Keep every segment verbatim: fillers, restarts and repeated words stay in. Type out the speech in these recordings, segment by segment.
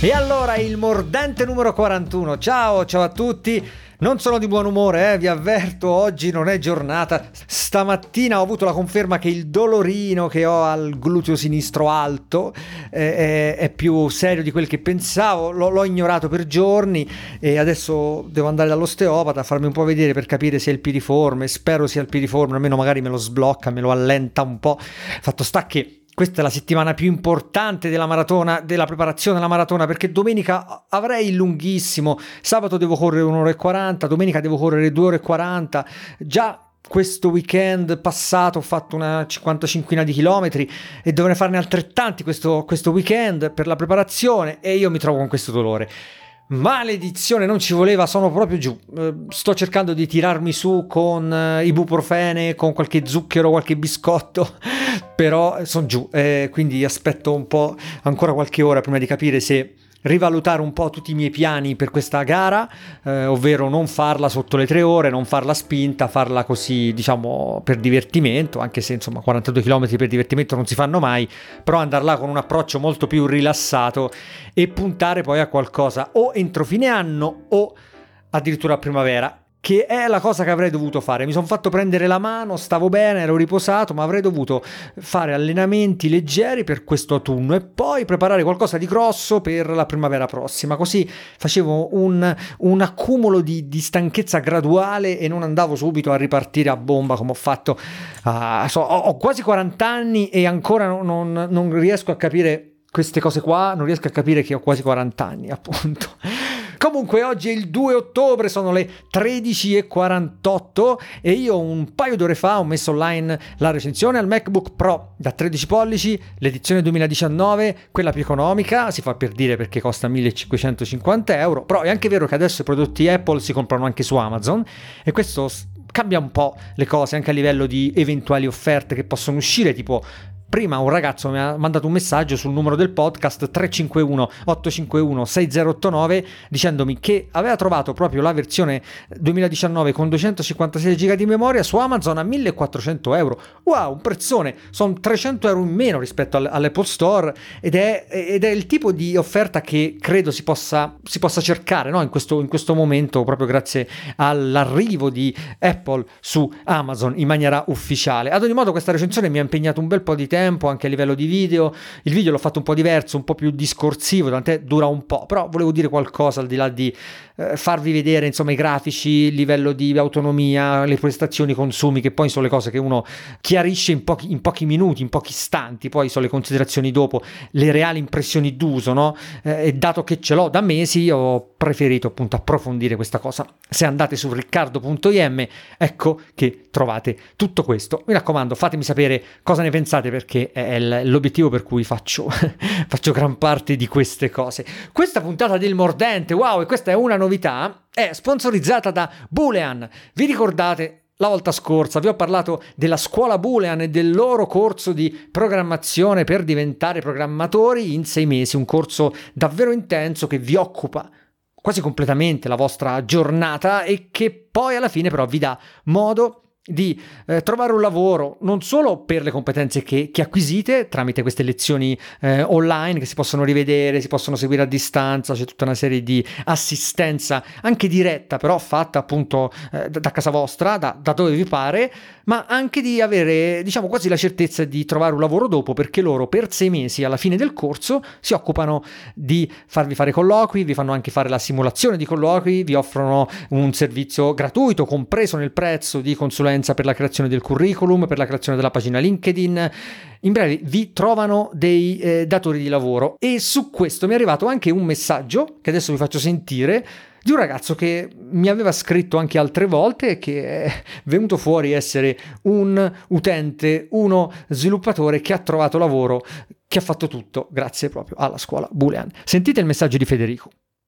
E allora il mordente numero quarantuno. Ciao, ciao a tutti. Non sono di buon umore, eh, vi avverto, oggi non è giornata. Stamattina ho avuto la conferma che il dolorino che ho al gluteo sinistro alto eh, è, è più serio di quel che pensavo. L- l'ho ignorato per giorni e adesso devo andare dall'osteopata a farmi un po' vedere per capire se è il piriforme. Spero sia il piriforme, almeno magari me lo sblocca, me lo allenta un po'. Fatto sta che questa è la settimana più importante della maratona, della preparazione alla maratona, perché domenica avrei il lunghissimo, sabato devo correre un'ora e quaranta, domenica devo correre due ore e quaranta, già questo weekend passato ho fatto una cinquantacinquina di chilometri e dovrei farne altrettanti questo, questo weekend per la preparazione e io mi trovo con questo dolore. Maledizione, non ci voleva, sono proprio giù. Sto cercando di tirarmi su con ibuprofene, con qualche zucchero, qualche biscotto, però sono giù, eh, quindi aspetto un po', ancora qualche ora prima di capire se rivalutare un po' tutti i miei piani per questa gara, eh, ovvero non farla sotto le tre ore, non farla spinta, farla così, diciamo, per divertimento, anche se insomma quarantadue chilometri per divertimento non si fanno mai, però andare là con un approccio molto più rilassato e puntare poi a qualcosa o entro fine anno o addirittura a primavera, che è la cosa che avrei dovuto fare. Mi sono fatto prendere la mano, stavo bene, ero riposato, ma avrei dovuto fare allenamenti leggeri per questo autunno e poi preparare qualcosa di grosso per la primavera prossima, così facevo un, un accumulo di, di stanchezza graduale e non andavo subito a ripartire a bomba come ho fatto. Uh, so, ho, ho quasi quaranta anni e ancora non, non, non riesco a capire queste cose qua, non riesco a capire che ho quasi quaranta anni, appunto. Comunque oggi è il due ottobre, sono le tredici e quarantotto e io un paio d'ore fa ho messo online la recensione al MacBook Pro da tredici pollici, l'edizione duemiladiciannove, quella più economica, si fa per dire perché costa millecinquecentocinquanta euro, però è anche vero che adesso i prodotti Apple si comprano anche su Amazon e questo cambia un po' le cose anche a livello di eventuali offerte che possono uscire, tipo prima un ragazzo mi ha mandato un messaggio sul numero del podcast tre cinque uno otto cinque uno sei zero otto nove dicendomi che aveva trovato proprio la versione duemiladiciannove con duecentocinquantasei giga di memoria su Amazon a millequattrocento euro. Wow, un prezzone, sono trecento euro in meno rispetto all'Apple Store ed è, ed è il tipo di offerta che credo si possa, si possa cercare, no? in, questo, in questo momento, proprio grazie all'arrivo di Apple su Amazon in maniera ufficiale. Ad ogni modo questa recensione mi ha impegnato un bel po' di tempo anche a livello di video. Il video l'ho fatto un po' diverso, un po' più discorsivo, tant'è dura un po', però volevo dire qualcosa al di là di eh, farvi vedere insomma i grafici, il livello di autonomia, le prestazioni, i consumi, che poi sono le cose che uno chiarisce in pochi, in pochi minuti, in pochi istanti, poi sono le considerazioni dopo, le reali impressioni d'uso, no? Eh, e dato che ce l'ho da mesi ho preferito appunto approfondire questa cosa. Se andate su riccardo punto i emme ecco che trovate tutto questo. Mi raccomando, fatemi sapere cosa ne pensate, perché è l'obiettivo per cui faccio, faccio gran parte di queste cose. Questa puntata del Mordente, wow, e questa è una novità, è sponsorizzata da Boolean. Vi ricordate? La volta scorsa vi ho parlato della scuola Boolean e del loro corso di programmazione per diventare programmatori in sei mesi, un corso davvero intenso che vi occupa quasi completamente la vostra giornata e che poi alla fine però vi dà modo di eh, trovare un lavoro non solo per le competenze che, che acquisite tramite queste lezioni eh, online che si possono rivedere, si possono seguire a distanza, c'è tutta una serie di assistenza anche diretta però fatta appunto eh, da, da casa vostra, da, da dove vi pare, ma anche di avere diciamo quasi la certezza di trovare un lavoro dopo, perché loro per sei mesi alla fine del corso si occupano di farvi fare colloqui, vi fanno anche fare la simulazione di colloqui, vi offrono un servizio gratuito compreso nel prezzo di consulenza per la creazione del curriculum, per la creazione della pagina LinkedIn. In breve vi trovano dei eh, datori di lavoro e su questo mi è arrivato anche un messaggio che adesso vi faccio sentire di un ragazzo che mi aveva scritto anche altre volte e che è venuto fuori essere un utente, uno sviluppatore che ha trovato lavoro, che ha fatto tutto grazie proprio alla scuola Boolean. Sentite il messaggio di Federico.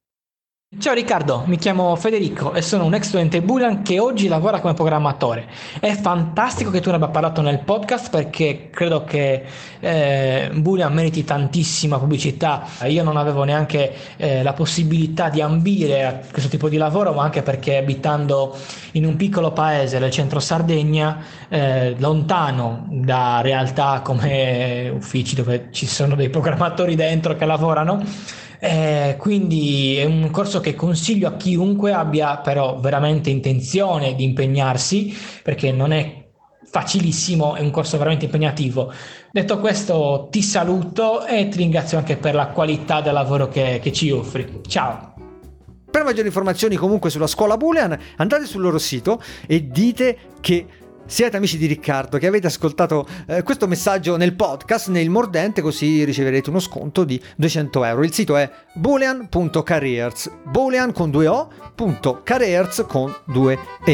Ciao Riccardo, mi chiamo Federico e sono un ex studente Boolean che oggi lavora come programmatore. È fantastico che tu ne abbia parlato nel podcast perché credo che eh, Boolean meriti tantissima pubblicità. Io non avevo neanche eh, la possibilità di ambire a questo tipo di lavoro, ma anche perché abitando in un piccolo paese del centro Sardegna, eh, lontano da realtà come uffici dove ci sono dei programmatori dentro che lavorano, Eh, quindi è un corso che consiglio a chiunque abbia però veramente intenzione di impegnarsi, perché non è facilissimo, è un corso veramente impegnativo. Detto questo, ti saluto e ti ringrazio anche per la qualità del lavoro che, che ci offri. Ciao! Per maggiori informazioni comunque sulla scuola Boolean andate sul loro sito e dite che siete amici di Riccardo, che avete ascoltato eh, questo messaggio nel podcast, nel mordente, così riceverete uno sconto di duecento euro. Il sito è boolean punto careers, boolean con due o, punto careers con due e.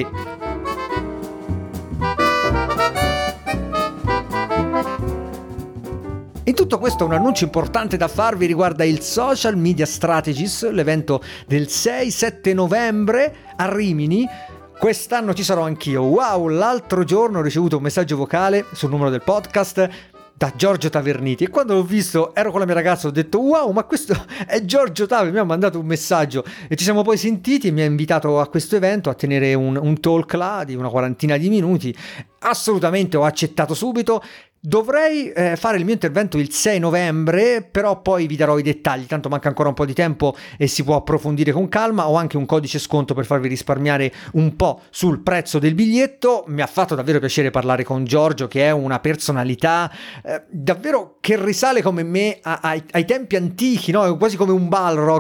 In tutto questo un annuncio importante da farvi riguarda il Social Media Strategies, l'evento del sei sette novembre a Rimini. Quest'anno ci sarò anch'io. Wow, l'altro giorno ho ricevuto un messaggio vocale sul numero del podcast da Giorgio Taverniti e quando l'ho visto ero con la mia ragazza, ho detto wow, ma questo è Giorgio Taver, mi ha mandato un messaggio e ci siamo poi sentiti e mi ha invitato a questo evento a tenere un, un talk là di una quarantina di minuti. Assolutamente ho accettato subito. Dovrei eh, fare il mio intervento il sei novembre, però poi vi darò i dettagli, tanto manca ancora un po' di tempo e si può approfondire con calma. Ho anche un codice sconto per farvi risparmiare un po' sul prezzo del biglietto. Mi ha fatto davvero piacere parlare con Giorgio, che è una personalità eh, davvero che risale come me a, a, ai tempi antichi, no? È quasi come un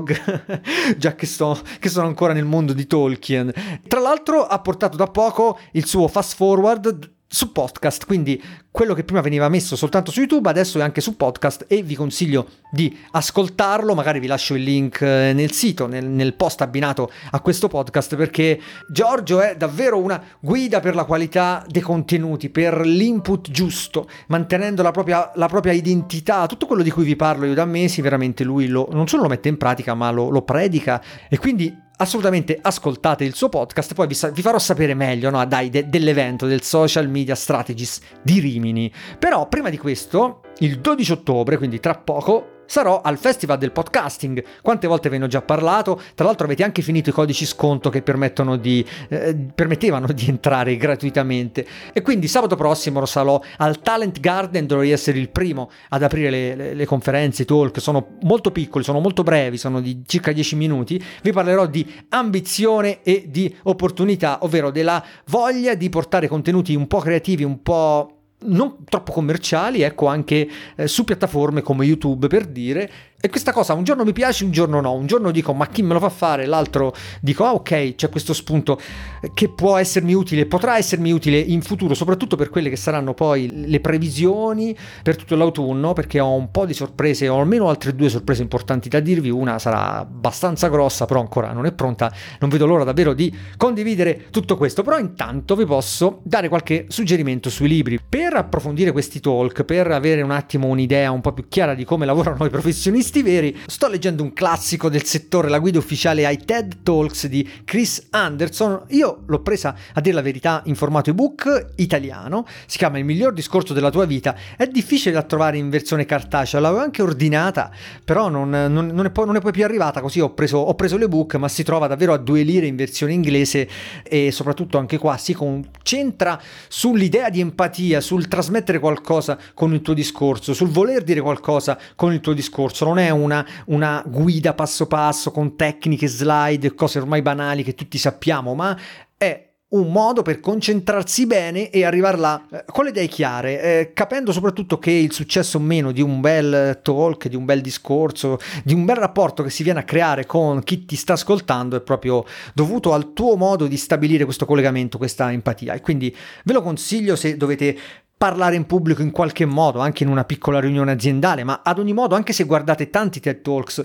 Balrog, già che, sto, che sono ancora nel mondo di Tolkien. Tra l'altro ha portato da poco il suo fast forward su podcast, quindi quello che prima veniva messo soltanto su YouTube adesso è anche su podcast e vi consiglio di ascoltarlo. Magari vi lascio il link nel sito, nel, nel post abbinato a questo podcast, perché Giorgio è davvero una guida per la qualità dei contenuti, per l'input giusto, mantenendo la propria, la propria identità. Tutto quello di cui vi parlo io da mesi, veramente lui lo, non solo lo mette in pratica ma lo, lo predica, e quindi assolutamente ascoltate il suo podcast. Poi vi, sa- vi farò sapere meglio, no? Dai, de- dell'evento del Social Media Strategies di Rimini. Però prima di questo, il dodici ottobre, quindi tra poco, sarò al Festival del Podcasting. Quante volte ve ne ho già parlato? Tra l'altro avete anche finito i codici sconto che permettono di, eh, permettevano di entrare gratuitamente. E quindi sabato prossimo sarò al Talent Garden, dovrei essere il primo ad aprire le, le, le conferenze, i talk. Sono molto piccoli, sono molto brevi, sono di circa dieci minuti. Vi parlerò di ambizione e di opportunità, ovvero della voglia di portare contenuti un po' creativi, un po' non troppo commerciali, ecco, anche eh, su piattaforme come YouTube, per dire. E questa cosa un giorno mi piace, un giorno no, un giorno dico ma chi me lo fa fare, l'altro dico ah ok, c'è questo spunto che può essermi utile, potrà essermi utile in futuro, soprattutto per quelle che saranno poi le previsioni per tutto l'autunno, perché ho un po' di sorprese, ho almeno altre due sorprese importanti da dirvi. Una sarà abbastanza grossa, però ancora non è pronta, non vedo l'ora davvero di condividere tutto questo. Però intanto vi posso dare qualche suggerimento sui libri per approfondire questi talk, per avere un attimo un'idea un po' più chiara di come lavorano i professionisti veri. Sto leggendo un classico del settore, la guida ufficiale ai TED Talks di Chris Anderson. Io l'ho presa, a dire la verità, in formato ebook italiano, si chiama Il miglior discorso della tua vita. È difficile da trovare in versione cartacea, l'avevo anche ordinata, però non, non, non, è, poi, non è poi più arrivata, così ho preso, ho preso l'ebook, ma si trova davvero a due lire in versione inglese, e soprattutto anche qua si concentra sull'idea di empatia, sul trasmettere qualcosa con il tuo discorso, sul voler dire qualcosa con il tuo discorso. Non è una, una guida passo passo con tecniche, slide, cose ormai banali che tutti sappiamo, ma è un modo per concentrarsi bene e arrivare là eh, con le idee chiare, eh, capendo soprattutto che il successo o meno di un bel talk, di un bel discorso, di un bel rapporto che si viene a creare con chi ti sta ascoltando è proprio dovuto al tuo modo di stabilire questo collegamento, questa empatia. E quindi ve lo consiglio se dovete parlare in pubblico in qualche modo, anche in una piccola riunione aziendale, ma ad ogni modo anche se guardate tanti TED Talks,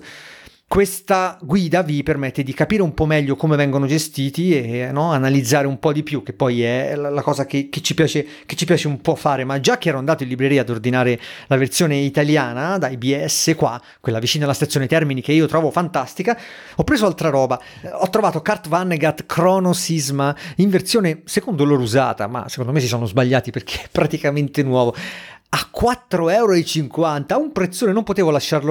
questa guida vi permette di capire un po' meglio come vengono gestiti e no, analizzare un po' di più, che poi è la, la cosa che, che, ci piace, che ci piace un po' fare. Ma già che ero andato in libreria ad ordinare la versione italiana da I B S qua, quella vicina alla stazione Termini, che io trovo fantastica, ho preso altra roba. Ho trovato Kurt Vonnegut Chrono Sisma in versione secondo loro usata, ma secondo me si sono sbagliati perché è praticamente nuovo, a quattro e cinquanta euro, a un prezzone, non potevo lasciarlo là.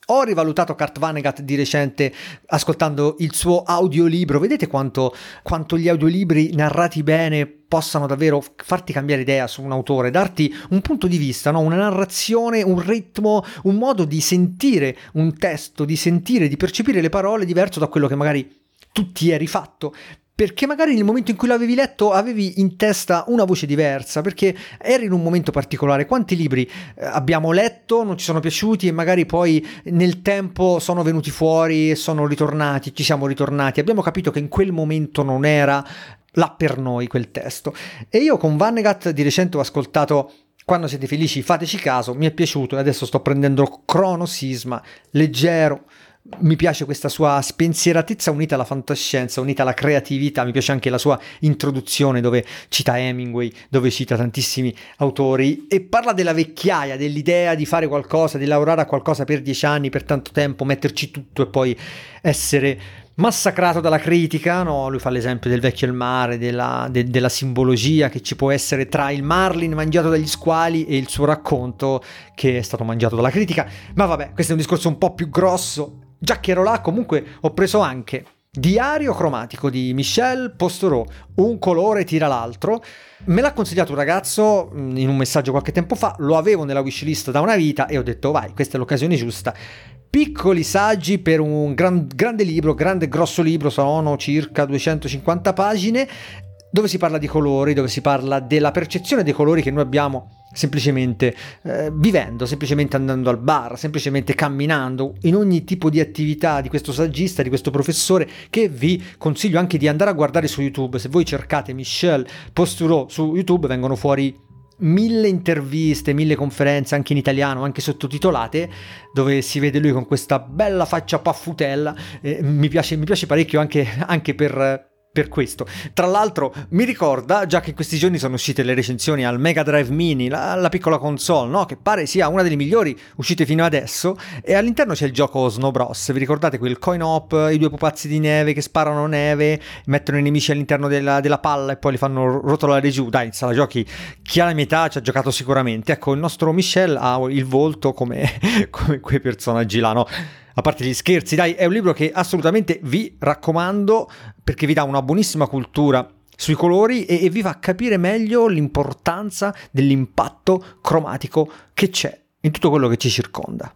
Ho rivalutato Kurt Vonnegut di recente ascoltando il suo audiolibro. Vedete quanto, quanto gli audiolibri narrati bene possano davvero farti cambiare idea su un autore, darti un punto di vista, no? Una narrazione, un ritmo, un modo di sentire un testo, di sentire, di percepire le parole diverso da quello che magari tu ti eri fatto. Perché magari nel momento in cui l'avevi letto avevi in testa una voce diversa, perché eri in un momento particolare. Quanti libri eh, abbiamo letto, non ci sono piaciuti e magari poi nel tempo sono venuti fuori e sono ritornati, ci siamo ritornati, abbiamo capito che in quel momento non era là per noi quel testo. E io con Vonnegut di recente ho ascoltato Quando siete felici fateci caso, mi è piaciuto e adesso sto prendendo Cronosisma, leggero. Mi piace questa sua spensieratezza unita alla fantascienza, unita alla creatività. Mi piace anche la sua introduzione dove cita Hemingway, dove cita tantissimi autori e parla della vecchiaia, dell'idea di fare qualcosa, di lavorare a qualcosa per dieci anni, per tanto tempo, metterci tutto e poi essere massacrato dalla critica, no? Lui fa l'esempio del vecchio e il mare, della, de, della simbologia che ci può essere tra il Marlin mangiato dagli squali e il suo racconto che è stato mangiato dalla critica. Ma vabbè, questo è un discorso un po' più grosso. Già che ero là, comunque ho preso anche Diario cromatico di Michel Postureau, un colore tira l'altro. Me l'ha consigliato un ragazzo in un messaggio qualche tempo fa, lo avevo nella wishlist da una vita e ho detto vai, questa è l'occasione giusta. Piccoli saggi per un gran, grande libro, grande grosso libro, sono circa duecentocinquanta pagine, dove si parla di colori, dove si parla della percezione dei colori che noi abbiamo semplicemente eh, vivendo, semplicemente andando al bar, semplicemente camminando, in ogni tipo di attività di questo saggista, di questo professore, che vi consiglio anche di andare a guardare su YouTube. Se voi cercate Michel Postureau su YouTube vengono fuori mille interviste, mille conferenze anche in italiano, anche sottotitolate, dove si vede lui con questa bella faccia paffutella. Eh, mi piace, mi piace parecchio anche, anche per per questo. Tra l'altro mi ricorda, già che in questi giorni sono uscite le recensioni al Mega Drive Mini, la, la piccola console, no? Che pare sia una delle migliori uscite fino adesso, e all'interno c'è il gioco Snow Bros. Vi ricordate quel coin op, i due pupazzi di neve che sparano neve, mettono i nemici all'interno della, della palla e poi li fanno rotolare giù? Dai, se la giochi, chi ha la mia età ci ha giocato sicuramente. Ecco, il nostro Michel ha il volto come, come quei personaggi là, no? A parte gli scherzi, dai, è un libro che assolutamente vi raccomando perché vi dà una buonissima cultura sui colori e, e vi fa capire meglio l'importanza dell'impatto cromatico che c'è in tutto quello che ci circonda.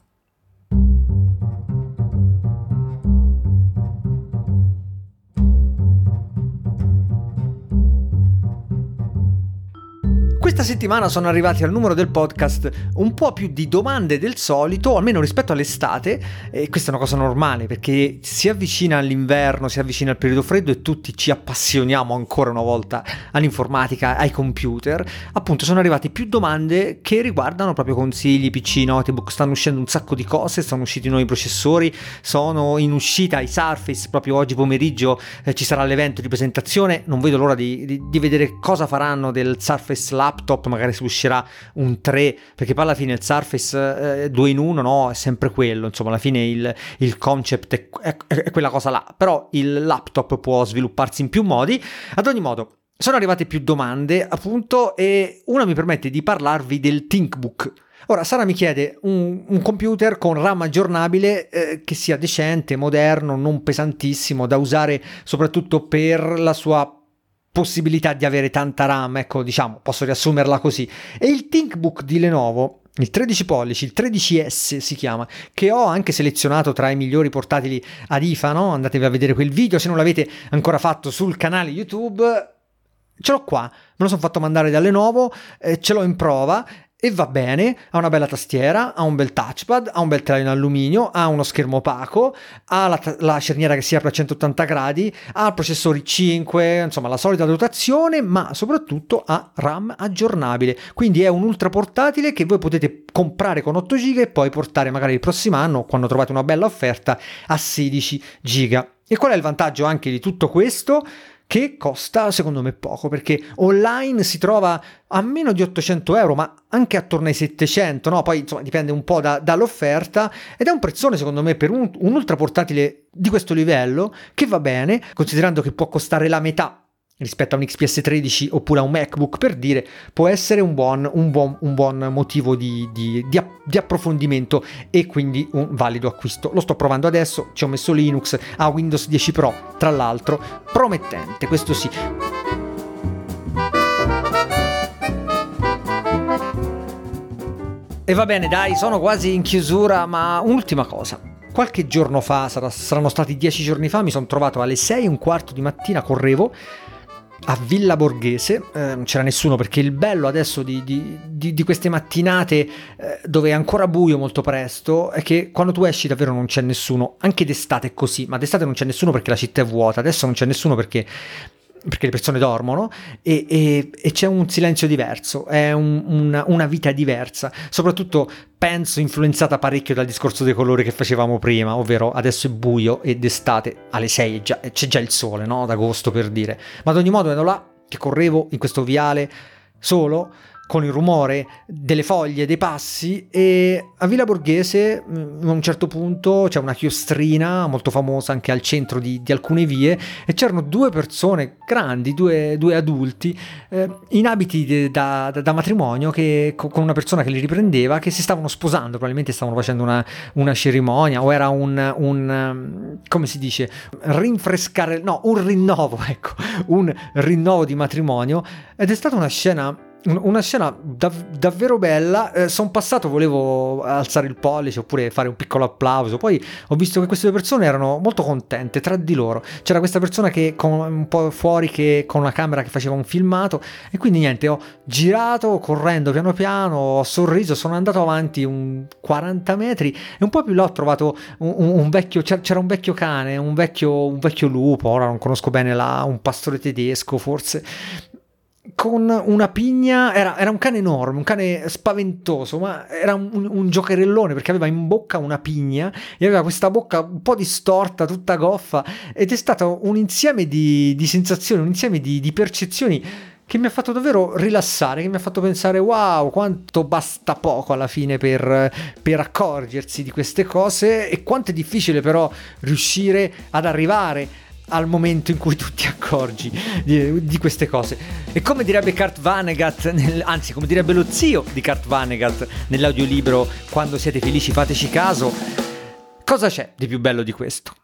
Questa settimana sono arrivati al numero del podcast un po' più di domande del solito, almeno rispetto all'estate, e questa è una cosa normale perché si avvicina all'inverno, si avvicina al periodo freddo e tutti ci appassioniamo ancora una volta all'informatica, ai computer. Appunto sono arrivati più domande che riguardano proprio consigli, P C, notebook, stanno uscendo un sacco di cose, sono usciti nuovi processori, sono in uscita i Surface, proprio oggi pomeriggio eh, ci sarà l'evento di presentazione, non vedo l'ora di, di, di vedere cosa faranno del Surface Laptop. Magari si uscirà un tre, perché poi alla fine il Surface eh, due in uno, no, è sempre quello, insomma alla fine il, il concept è, è, è quella cosa là, però il laptop può svilupparsi in più modi. Ad ogni modo sono arrivate più domande appunto e una mi permette di parlarvi del ThinkBook. Ora Sara mi chiede un, un computer con RAM aggiornabile eh, che sia decente, moderno, non pesantissimo, da usare soprattutto per la sua possibilità di avere tanta RAM, ecco, diciamo, posso riassumerla così. E il ThinkBook di Lenovo, il tredici pollici, il tredici S si chiama, che ho anche selezionato tra i migliori portatili ad I F A, no? Andatevi a vedere quel video se non l'avete ancora fatto sul canale YouTube. Ce l'ho qua, me lo sono fatto mandare da Lenovo, eh, ce l'ho in prova e va bene, ha una bella tastiera, ha un bel touchpad, ha un bel telaio in alluminio, ha uno schermo opaco, ha la, la cerniera che si apre a centottanta gradi, ha processori cinque, insomma la solita dotazione, ma soprattutto ha RAM aggiornabile, quindi è un ultra portatile che voi potete comprare con otto giga e poi portare magari il prossimo anno, quando trovate una bella offerta, a sedici giga. E qual è il vantaggio anche di tutto questo? Che costa secondo me poco, perché online si trova a meno di ottocento euro, ma anche attorno ai settecento, no? Poi insomma dipende un po' da, dall'offerta, ed è un prezzone secondo me per un, un ultra portatile di questo livello, che va bene, considerando che può costare la metà rispetto a un X P S tredici oppure a un MacBook, per dire, può essere un buon, un buon, un buon motivo di, di, di, di approfondimento e quindi un valido acquisto. Lo sto provando adesso, ci ho messo Linux, a Windows dieci Pro, tra l'altro, promettente, questo sì. E va bene, dai, sono quasi in chiusura, ma un'ultima cosa. Qualche giorno fa, sarà, saranno stati dieci giorni fa, mi sono trovato alle sei e un quarto di mattina, correvo, a Villa Borghese, eh, non c'era nessuno, perché il bello adesso di, di, di, di queste mattinate eh, dove è ancora buio molto presto è che quando tu esci davvero non c'è nessuno, anche d'estate è così, ma d'estate non c'è nessuno perché la città è vuota, adesso non c'è nessuno perché... perché le persone dormono e, e, e c'è un silenzio diverso, è un, una, una vita diversa, soprattutto penso influenzata parecchio dal discorso dei colori che facevamo prima, ovvero adesso è buio e d'estate alle sei è già, c'è già il sole, no? D'agosto, per dire, ma ad ogni modo ero là che correvo in questo viale solo, con il rumore delle foglie, dei passi, e a Villa Borghese a un certo punto c'è una chiostrina molto famosa anche al centro di, di alcune vie, e c'erano due persone grandi, due, due adulti eh, in abiti de, da, da, da matrimonio, che, con una persona che li riprendeva, che si stavano sposando, probabilmente stavano facendo una, una cerimonia, o era un, un come si dice, rinfrescare, no, un rinnovo, ecco, un rinnovo di matrimonio, ed è stata una scena Una scena dav- davvero bella. Eh, sono passato, volevo alzare il pollice oppure fare un piccolo applauso, poi ho visto che queste due persone erano molto contente tra di loro. C'era questa persona che con un po' fuori, che con una camera che faceva un filmato, e quindi niente, ho girato correndo piano piano, ho sorriso, sono andato avanti un quaranta metri e un po' più là ho trovato un, un, un vecchio, c'era un vecchio cane, un vecchio, un vecchio lupo, ora non conosco bene, là, un pastore tedesco forse, con una pigna. Era, era un cane enorme, un cane spaventoso, ma era un, un giocherellone, perché aveva in bocca una pigna e aveva questa bocca un po' distorta, tutta goffa, ed è stato un insieme di, di sensazioni, un insieme di, di percezioni che mi ha fatto davvero rilassare, che mi ha fatto pensare wow, quanto basta poco alla fine per, per accorgersi di queste cose, e quanto è difficile però riuscire ad arrivare al momento in cui tu ti accorgi di, di queste cose. E come direbbe Kurt Vonnegut, nel, anzi come direbbe lo zio di Kurt Vonnegut nell'audiolibro Quando siete felici fateci caso, cosa c'è di più bello di questo?